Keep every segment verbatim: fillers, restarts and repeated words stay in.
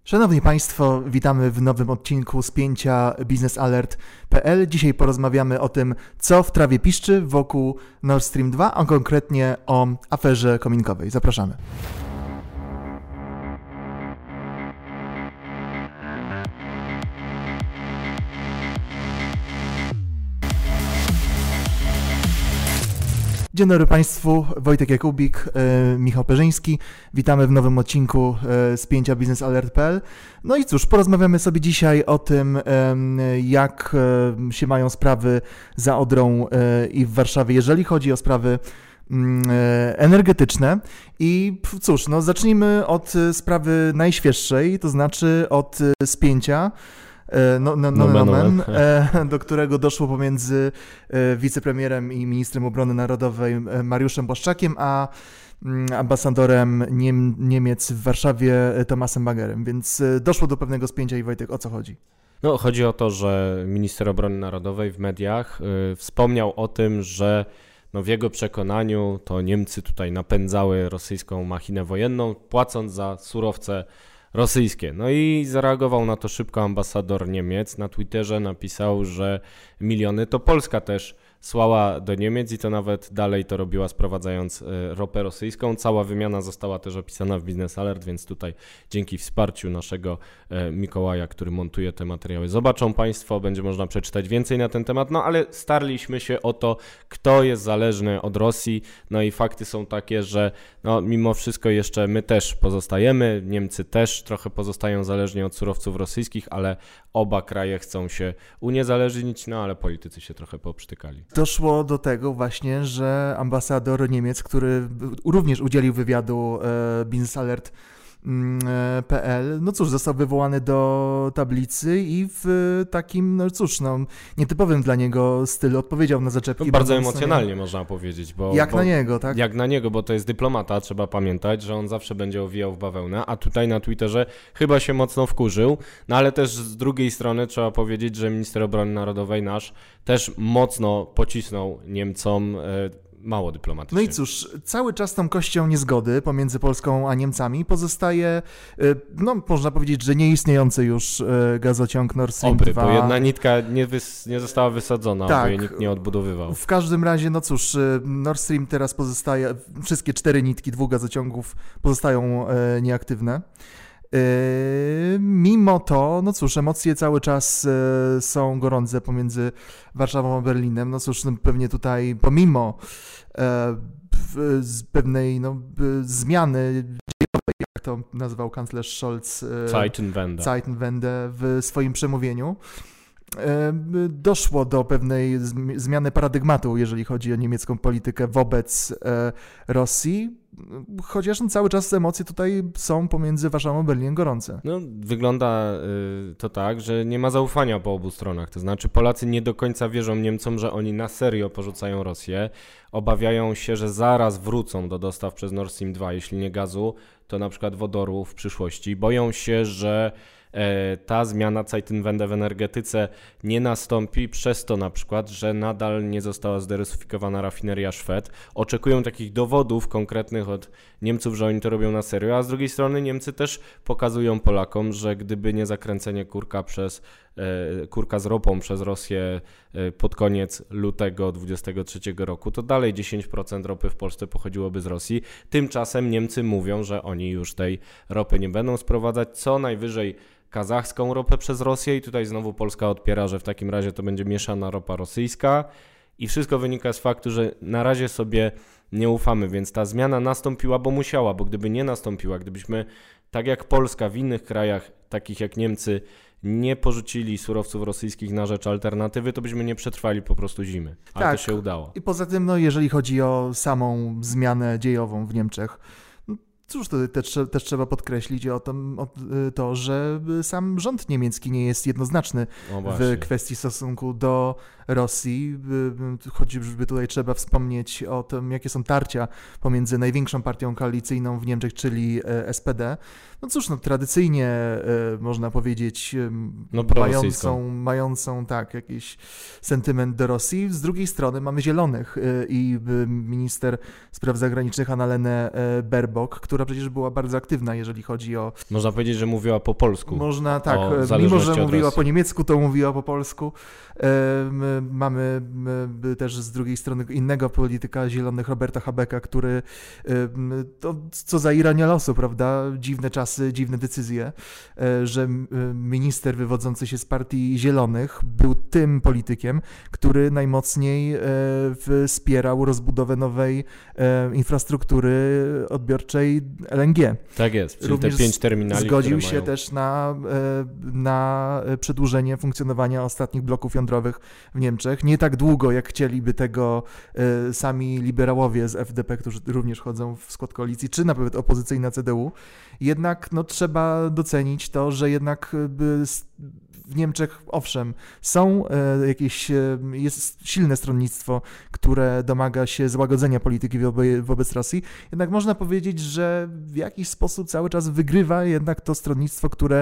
Szanowni Państwo, witamy w nowym odcinku Spięcia Business Alert kropka p l. Dzisiaj porozmawiamy o tym, co w trawie piszczy wokół Nord Stream dwa, a konkretnie o aferze kominkowej. Zapraszamy. Dzień dobry Państwu, Wojtek Jakubik, e, Michał Perzyński. Witamy w nowym odcinku e, Spięcia Business Alert kropka p l. No i cóż, porozmawiamy sobie dzisiaj o tym, e, jak e, się mają sprawy za Odrą e, i w Warszawie, jeżeli chodzi o sprawy e, energetyczne. I cóż, no zacznijmy od sprawy najświeższej, to znaczy od spięcia. No, no, no, no, no, do którego doszło pomiędzy wicepremierem i ministrem obrony narodowej Mariuszem Błaszczakiem, a ambasadorem Niem- Niemiec w Warszawie Thomasem Magerem. Więc doszło do pewnego spięcia i Wojtek, o co chodzi? No, chodzi o to, że minister obrony narodowej w mediach y, wspomniał o tym, że no, w jego przekonaniu to Niemcy tutaj napędzały rosyjską machinę wojenną, płacąc za surowce rosyjskie. No i zareagował na to szybko ambasador Niemiec. Na Twitterze napisał, że miliony to Polska też słała do Niemiec i to nawet dalej to robiła, sprowadzając ropę rosyjską. Cała wymiana została też opisana w Business Alert, więc tutaj dzięki wsparciu naszego Mikołaja, który montuje te materiały, zobaczą Państwo, będzie można przeczytać więcej na ten temat, no ale starliśmy się o to, kto jest zależny od Rosji, no i fakty są takie, że no, mimo wszystko jeszcze my też pozostajemy, Niemcy też trochę pozostają zależni od surowców rosyjskich, ale oba kraje chcą się uniezależnić, no ale politycy się trochę poprztykali. Doszło do tego właśnie, że ambasador Niemiec, który również udzielił wywiadu e, Business Alert kropka p l, no cóż, został wywołany do tablicy i w takim, no cóż, no, nietypowym dla niego stylu odpowiedział na zaczepki. No, bardzo emocjonalnie można powiedzieć. Bo, jak bo, na niego, tak? Jak na niego, bo to jest dyplomata, trzeba pamiętać, że on zawsze będzie owijał w bawełnę, a tutaj na Twitterze chyba się mocno wkurzył, no ale też z drugiej strony trzeba powiedzieć, że minister obrony narodowej nasz też mocno pocisnął Niemcom e, mało dyplomatycznie. No i cóż, cały czas tą kością niezgody pomiędzy Polską a Niemcami pozostaje, no można powiedzieć, że nieistniejący już gazociąg Nord Stream Obry, dwa. Bo jedna nitka nie, wys- nie została wysadzona, tak, bo jej nikt nie odbudowywał. W każdym razie, no cóż, Nord Stream teraz pozostaje, wszystkie cztery nitki dwóch gazociągów pozostają nieaktywne. Mimo to, no cóż, emocje cały czas są gorące pomiędzy Warszawą a Berlinem. No cóż, no pewnie tutaj pomimo pewnej no, zmiany dziejowej, jak to nazwał kanclerz Scholz, Zeitenwende. Zeitenwende w swoim przemówieniu, doszło do pewnej zmiany paradygmatu, jeżeli chodzi o niemiecką politykę wobec Rosji, chociaż cały czas emocje tutaj są pomiędzy Warszawą a Berlinem gorące. No, wygląda y, to tak, że nie ma zaufania po obu stronach, to znaczy Polacy nie do końca wierzą Niemcom, że oni na serio porzucają Rosję, obawiają się, że zaraz wrócą do dostaw przez Nord Stream dwa, jeśli nie gazu, to na przykład wodoru w przyszłości, boją się, że ta zmiana Zeitenwende w energetyce nie nastąpi przez to na przykład, że nadal nie została zderusyfikowana rafineria Szwed. Oczekują takich dowodów konkretnych od Niemców, że oni to robią na serio, a z drugiej strony Niemcy też pokazują Polakom, że gdyby nie zakręcenie kurka przez kurka z ropą przez Rosję pod koniec lutego dwudziestego trzeciego roku, to dalej dziesięć procent ropy w Polsce pochodziłoby z Rosji. Tymczasem Niemcy mówią, że oni już tej ropy nie będą sprowadzać, co najwyżej kazachską ropę przez Rosję i tutaj znowu Polska odpiera, że w takim razie to będzie mieszana ropa rosyjska i wszystko wynika z faktu, że na razie sobie nie ufamy, więc ta zmiana nastąpiła, bo musiała, bo gdyby nie nastąpiła, gdybyśmy tak jak Polska w innych krajach, takich jak Niemcy, nie porzucili surowców rosyjskich na rzecz alternatywy, to byśmy nie przetrwali po prostu zimy. Ale tak, to się udało. I poza tym, no, jeżeli chodzi o samą zmianę dziejową w Niemczech, cóż, to też, też trzeba podkreślić o, tym, o to, że sam rząd niemiecki nie jest jednoznaczny w kwestii stosunku do Rosji, choćby tutaj trzeba wspomnieć o tym, jakie są tarcia pomiędzy największą partią koalicyjną w Niemczech, czyli S P D. No cóż, no tradycyjnie można powiedzieć no, mającą, mającą tak jakiś sentyment do Rosji. Z drugiej strony mamy Zielonych i minister spraw zagranicznych Annalena Baerbock, która która przecież była bardzo aktywna, jeżeli chodzi o... Można powiedzieć, że mówiła po polsku. Można, tak. Mimo, że mówiła Rosji. po niemiecku, to mówiła po polsku. Mamy też z drugiej strony innego polityka zielonych, Roberta Habecka, który to co za ironia losu, prawda? Dziwne czasy, dziwne decyzje, że minister wywodzący się z partii Zielonych był tym politykiem, który najmocniej wspierał rozbudowę nowej infrastruktury odbiorczej L N G. Tak jest, czyli Również te pięć terminali, zgodził się mają... też na, na przedłużenie funkcjonowania ostatnich bloków jądrowych w Niemczech. Nie tak długo, jak chcieliby tego sami liberałowie z F D P, którzy również chodzą w skład koalicji, czy nawet opozycyjna C D U. Jednak no, trzeba docenić to, że jednak w Niemczech, owszem, są jakieś, jest silne stronnictwo, które domaga się złagodzenia polityki wobec Rosji, jednak można powiedzieć, że w jakiś sposób cały czas wygrywa jednak to stronnictwo, które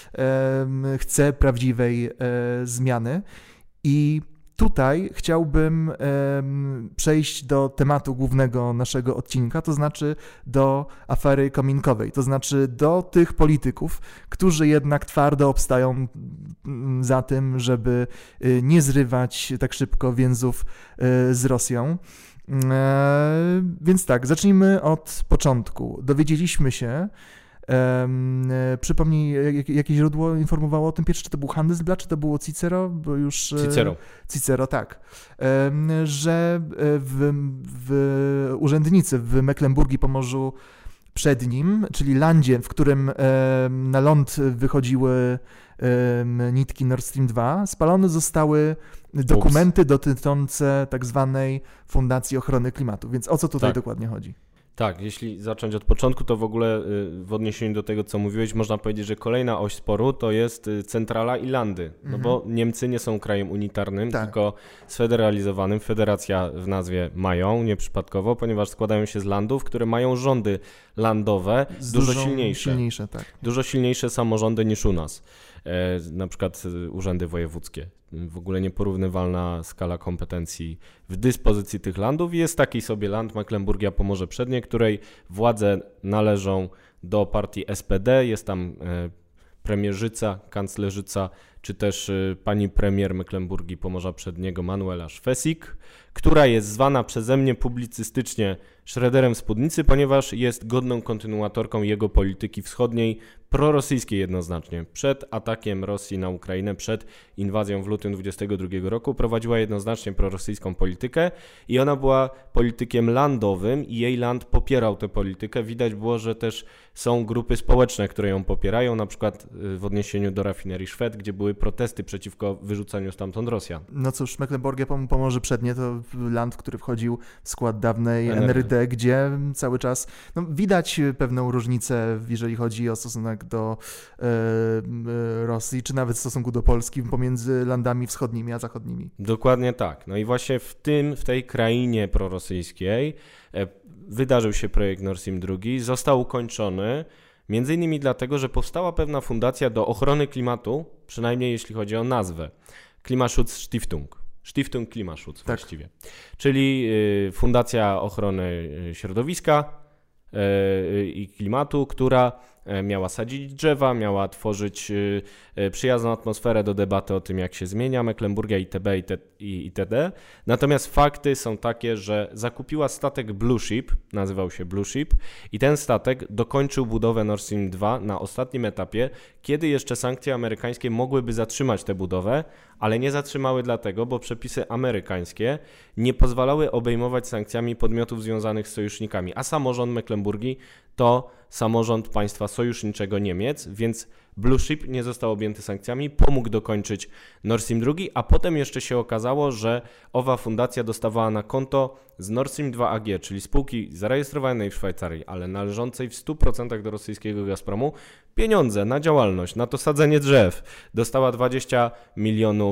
chce prawdziwej zmiany. I tutaj chciałbym um, przejść do tematu głównego naszego odcinka, to znaczy do afery kominkowej, to znaczy do tych polityków, którzy jednak twardo obstają za tym, żeby nie zrywać tak szybko więzów z Rosją. E, więc tak, zacznijmy od początku. Dowiedzieliśmy się, Um, przypomnij, jak, jakie źródło informowało o tym pierwsze, czy to był Handelsblatt, czy to było Cicero? Bo już, Cicero. Cicero, tak. Um, że w, w urzędnicy w Mecklenburgii Pomorzu Przednim, czyli landzie, w którym um, na ląd wychodziły um, nitki Nord Stream dwa, spalone zostały dokumenty Ups. dotyczące tak zwanej Fundacji Ochrony Klimatu. Więc o co tutaj tak. dokładnie chodzi? Tak, jeśli zacząć od początku, to w ogóle w odniesieniu do tego, co mówiłeś, można powiedzieć, że kolejna oś sporu to jest centrala i landy, no mhm. bo Niemcy nie są krajem unitarnym, tak. tylko sfederalizowanym. Federacja w nazwie mają, nieprzypadkowo, ponieważ składają się z landów, które mają rządy landowe, z dużo silniejsze. silniejsze tak. Dużo silniejsze samorządy niż u nas. E, na przykład urzędy wojewódzkie. W ogóle nieporównywalna skala kompetencji w dyspozycji tych landów. Jest taki sobie land Mecklenburgia Pomorze Przednie, której władze należą do partii S P D. Jest tam e, premierzyca, kanclerzyca, czy też e, pani premier Mecklenburgii Pomorza Przedniego Manuela Szwesik, która jest zwana przeze mnie publicystycznie Schroederem Spódnicy, ponieważ jest godną kontynuatorką jego polityki wschodniej, prorosyjskiej jednoznacznie. Przed atakiem Rosji na Ukrainę, przed inwazją w lutym dwudziestego drugiego roku prowadziła jednoznacznie prorosyjską politykę i ona była politykiem landowym i jej land popierał tę politykę. Widać było, że też są grupy społeczne, które ją popierają, na przykład w odniesieniu do rafinerii Szwed, gdzie były protesty przeciwko wyrzucaniu stamtąd Rosjan. No cóż, Mecklenburgia Pomorze Przednie to land, który wchodził w skład dawnej N R D, gdzie cały czas no, widać pewną różnicę, jeżeli chodzi o stosunek do e, Rosji, czy nawet w stosunku do Polski pomiędzy landami wschodnimi a zachodnimi. Dokładnie tak. No i właśnie w tym, w tej krainie prorosyjskiej e, wydarzył się projekt Nord Stream dwa, został ukończony między innymi dlatego, że powstała pewna fundacja do ochrony klimatu, przynajmniej jeśli chodzi o nazwę. Klimaschutzstiftung. Stiftung Klimaschutz tak. właściwie. Czyli y, Fundacja Ochrony Środowiska y, i Klimatu, która miała sadzić drzewa, miała tworzyć przyjazną atmosferę do debaty o tym, jak się zmienia Mecklenburgia itb. itd. Natomiast fakty są takie, że zakupiła statek Blue Ship, nazywał się Blue Ship, i ten statek dokończył budowę Nord Stream dwa na ostatnim etapie, kiedy jeszcze sankcje amerykańskie mogłyby zatrzymać tę budowę, ale nie zatrzymały dlatego, bo przepisy amerykańskie nie pozwalały obejmować sankcjami podmiotów związanych z sojusznikami, a samorząd Mecklenburgii to samorząd państwa sojuszniczego Niemiec, więc Blue Ship nie został objęty sankcjami, pomógł dokończyć Nord Stream dwa, a potem jeszcze się okazało, że owa fundacja dostawała na konto z Nord Stream dwa A G, czyli spółki zarejestrowanej w Szwajcarii, ale należącej w stu procentach do rosyjskiego Gazpromu, pieniądze na działalność, na to sadzenie drzew. Dostała dwadzieścia milionów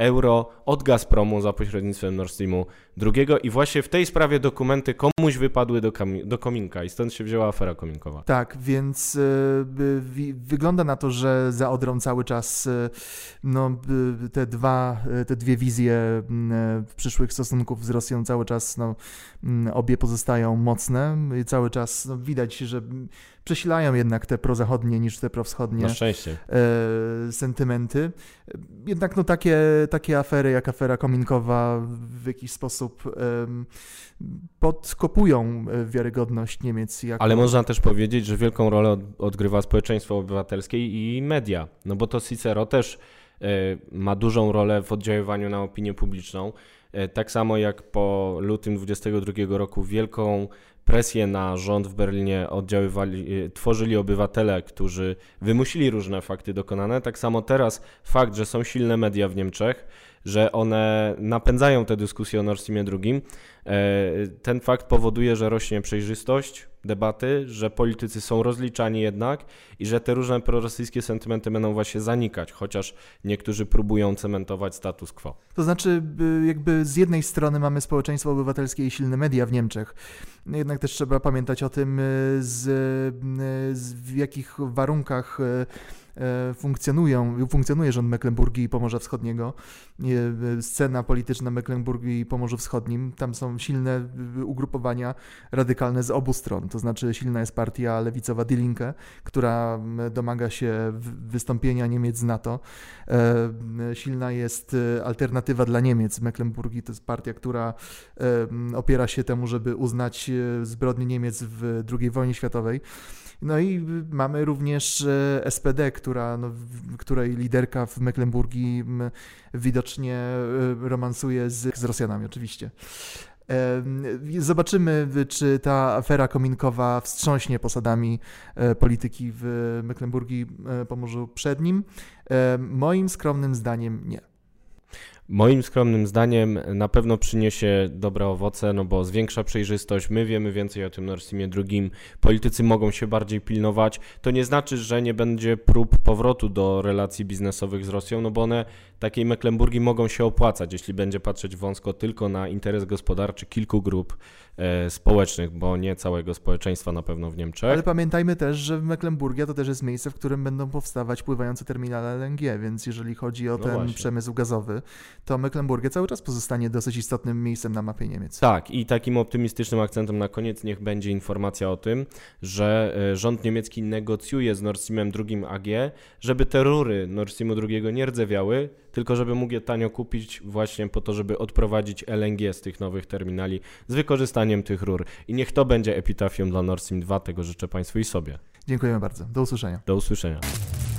euro od Gazpromu za pośrednictwem Nord Streamu drugiego i właśnie w tej sprawie dokumenty komuś wypadły do, kami- do kominka i stąd się wzięła afera kominkowa. Tak, więc y, y, wygląda na to, że za Odrą cały czas y, no, y, te, dwa, y, te dwie wizje y, przyszłych stosunków z Rosją cały czas, no, y, obie pozostają mocne i cały czas no, widać, że przesilają jednak te prozachodnie niż te prowschodnie Na szczęście. E, sentymenty. Jednak no, takie, takie afery jak afera kominkowa w jakiś sposób e, podkopują wiarygodność Niemiec. Jako... Ale można też powiedzieć, że wielką rolę od, odgrywa społeczeństwo obywatelskie i media, no bo to Cicero też e, ma dużą rolę w oddziaływaniu na opinię publiczną. E, tak samo jak po lutym dwudziestego drugiego roku wielką presję na rząd w Berlinie oddziaływali, tworzyli obywatele, którzy wymusili różne fakty dokonane. Tak samo teraz fakt, że są silne media w Niemczech, że one napędzają tę dyskusję o Nord Streamie drugim, ten fakt powoduje, że rośnie przejrzystość debaty, że politycy są rozliczani jednak i że te różne prorosyjskie sentymenty będą właśnie zanikać, chociaż niektórzy próbują cementować status quo. To znaczy jakby z jednej strony mamy społeczeństwo obywatelskie i silne media w Niemczech, jednak też trzeba pamiętać o tym, z, z w jakich warunkach funkcjonują, funkcjonuje rząd Mecklenburgii i Pomorza Wschodniego, scena polityczna Mecklenburgii i Pomorzu Wschodnim, tam są silne ugrupowania radykalne z obu stron, to znaczy silna jest partia lewicowa Die Linke, która domaga się wystąpienia Niemiec z NATO, silna jest Alternatywa dla Niemiec w Mecklenburgii, to jest partia, która opiera się temu, żeby uznać zbrodnie Niemiec w drugiej wojnie światowej. No i mamy również S P D, która, no, której liderka w Mecklenburgii widocznie romansuje z, z Rosjanami oczywiście. Zobaczymy, czy ta afera kominkowa wstrząśnie posadami polityki w Mecklenburgii, Pomorzu Przednim. Moim skromnym zdaniem nie. Moim skromnym zdaniem na pewno przyniesie dobre owoce, no bo zwiększa przejrzystość, my wiemy więcej o tym Nord Streamie drugim, politycy mogą się bardziej pilnować. To nie znaczy, że nie będzie prób powrotu do relacji biznesowych z Rosją, no bo one takiej Mecklenburgii mogą się opłacać, jeśli będzie patrzeć wąsko tylko na interes gospodarczy kilku grup e, społecznych, bo nie całego społeczeństwa na pewno w Niemczech. Ale pamiętajmy też, że Mecklenburgia to też jest miejsce, w którym będą powstawać pływające terminale L N G, więc jeżeli chodzi o no ten właśnie. przemysł gazowy, to Mecklenburgia cały czas pozostanie dosyć istotnym miejscem na mapie Niemiec. Tak, i takim optymistycznym akcentem na koniec niech będzie informacja o tym, że rząd niemiecki negocjuje z Nord Streamem drugim A G, żeby te rury Nord Streamu drugiego nie rdzewiały, tylko żeby mógł je tanio kupić właśnie po to, żeby odprowadzić L N G z tych nowych terminali z wykorzystaniem tych rur. I niech to będzie epitafium dla Nord Stream dwa, tego życzę Państwu i sobie. Dziękujemy bardzo. Do usłyszenia. Do usłyszenia.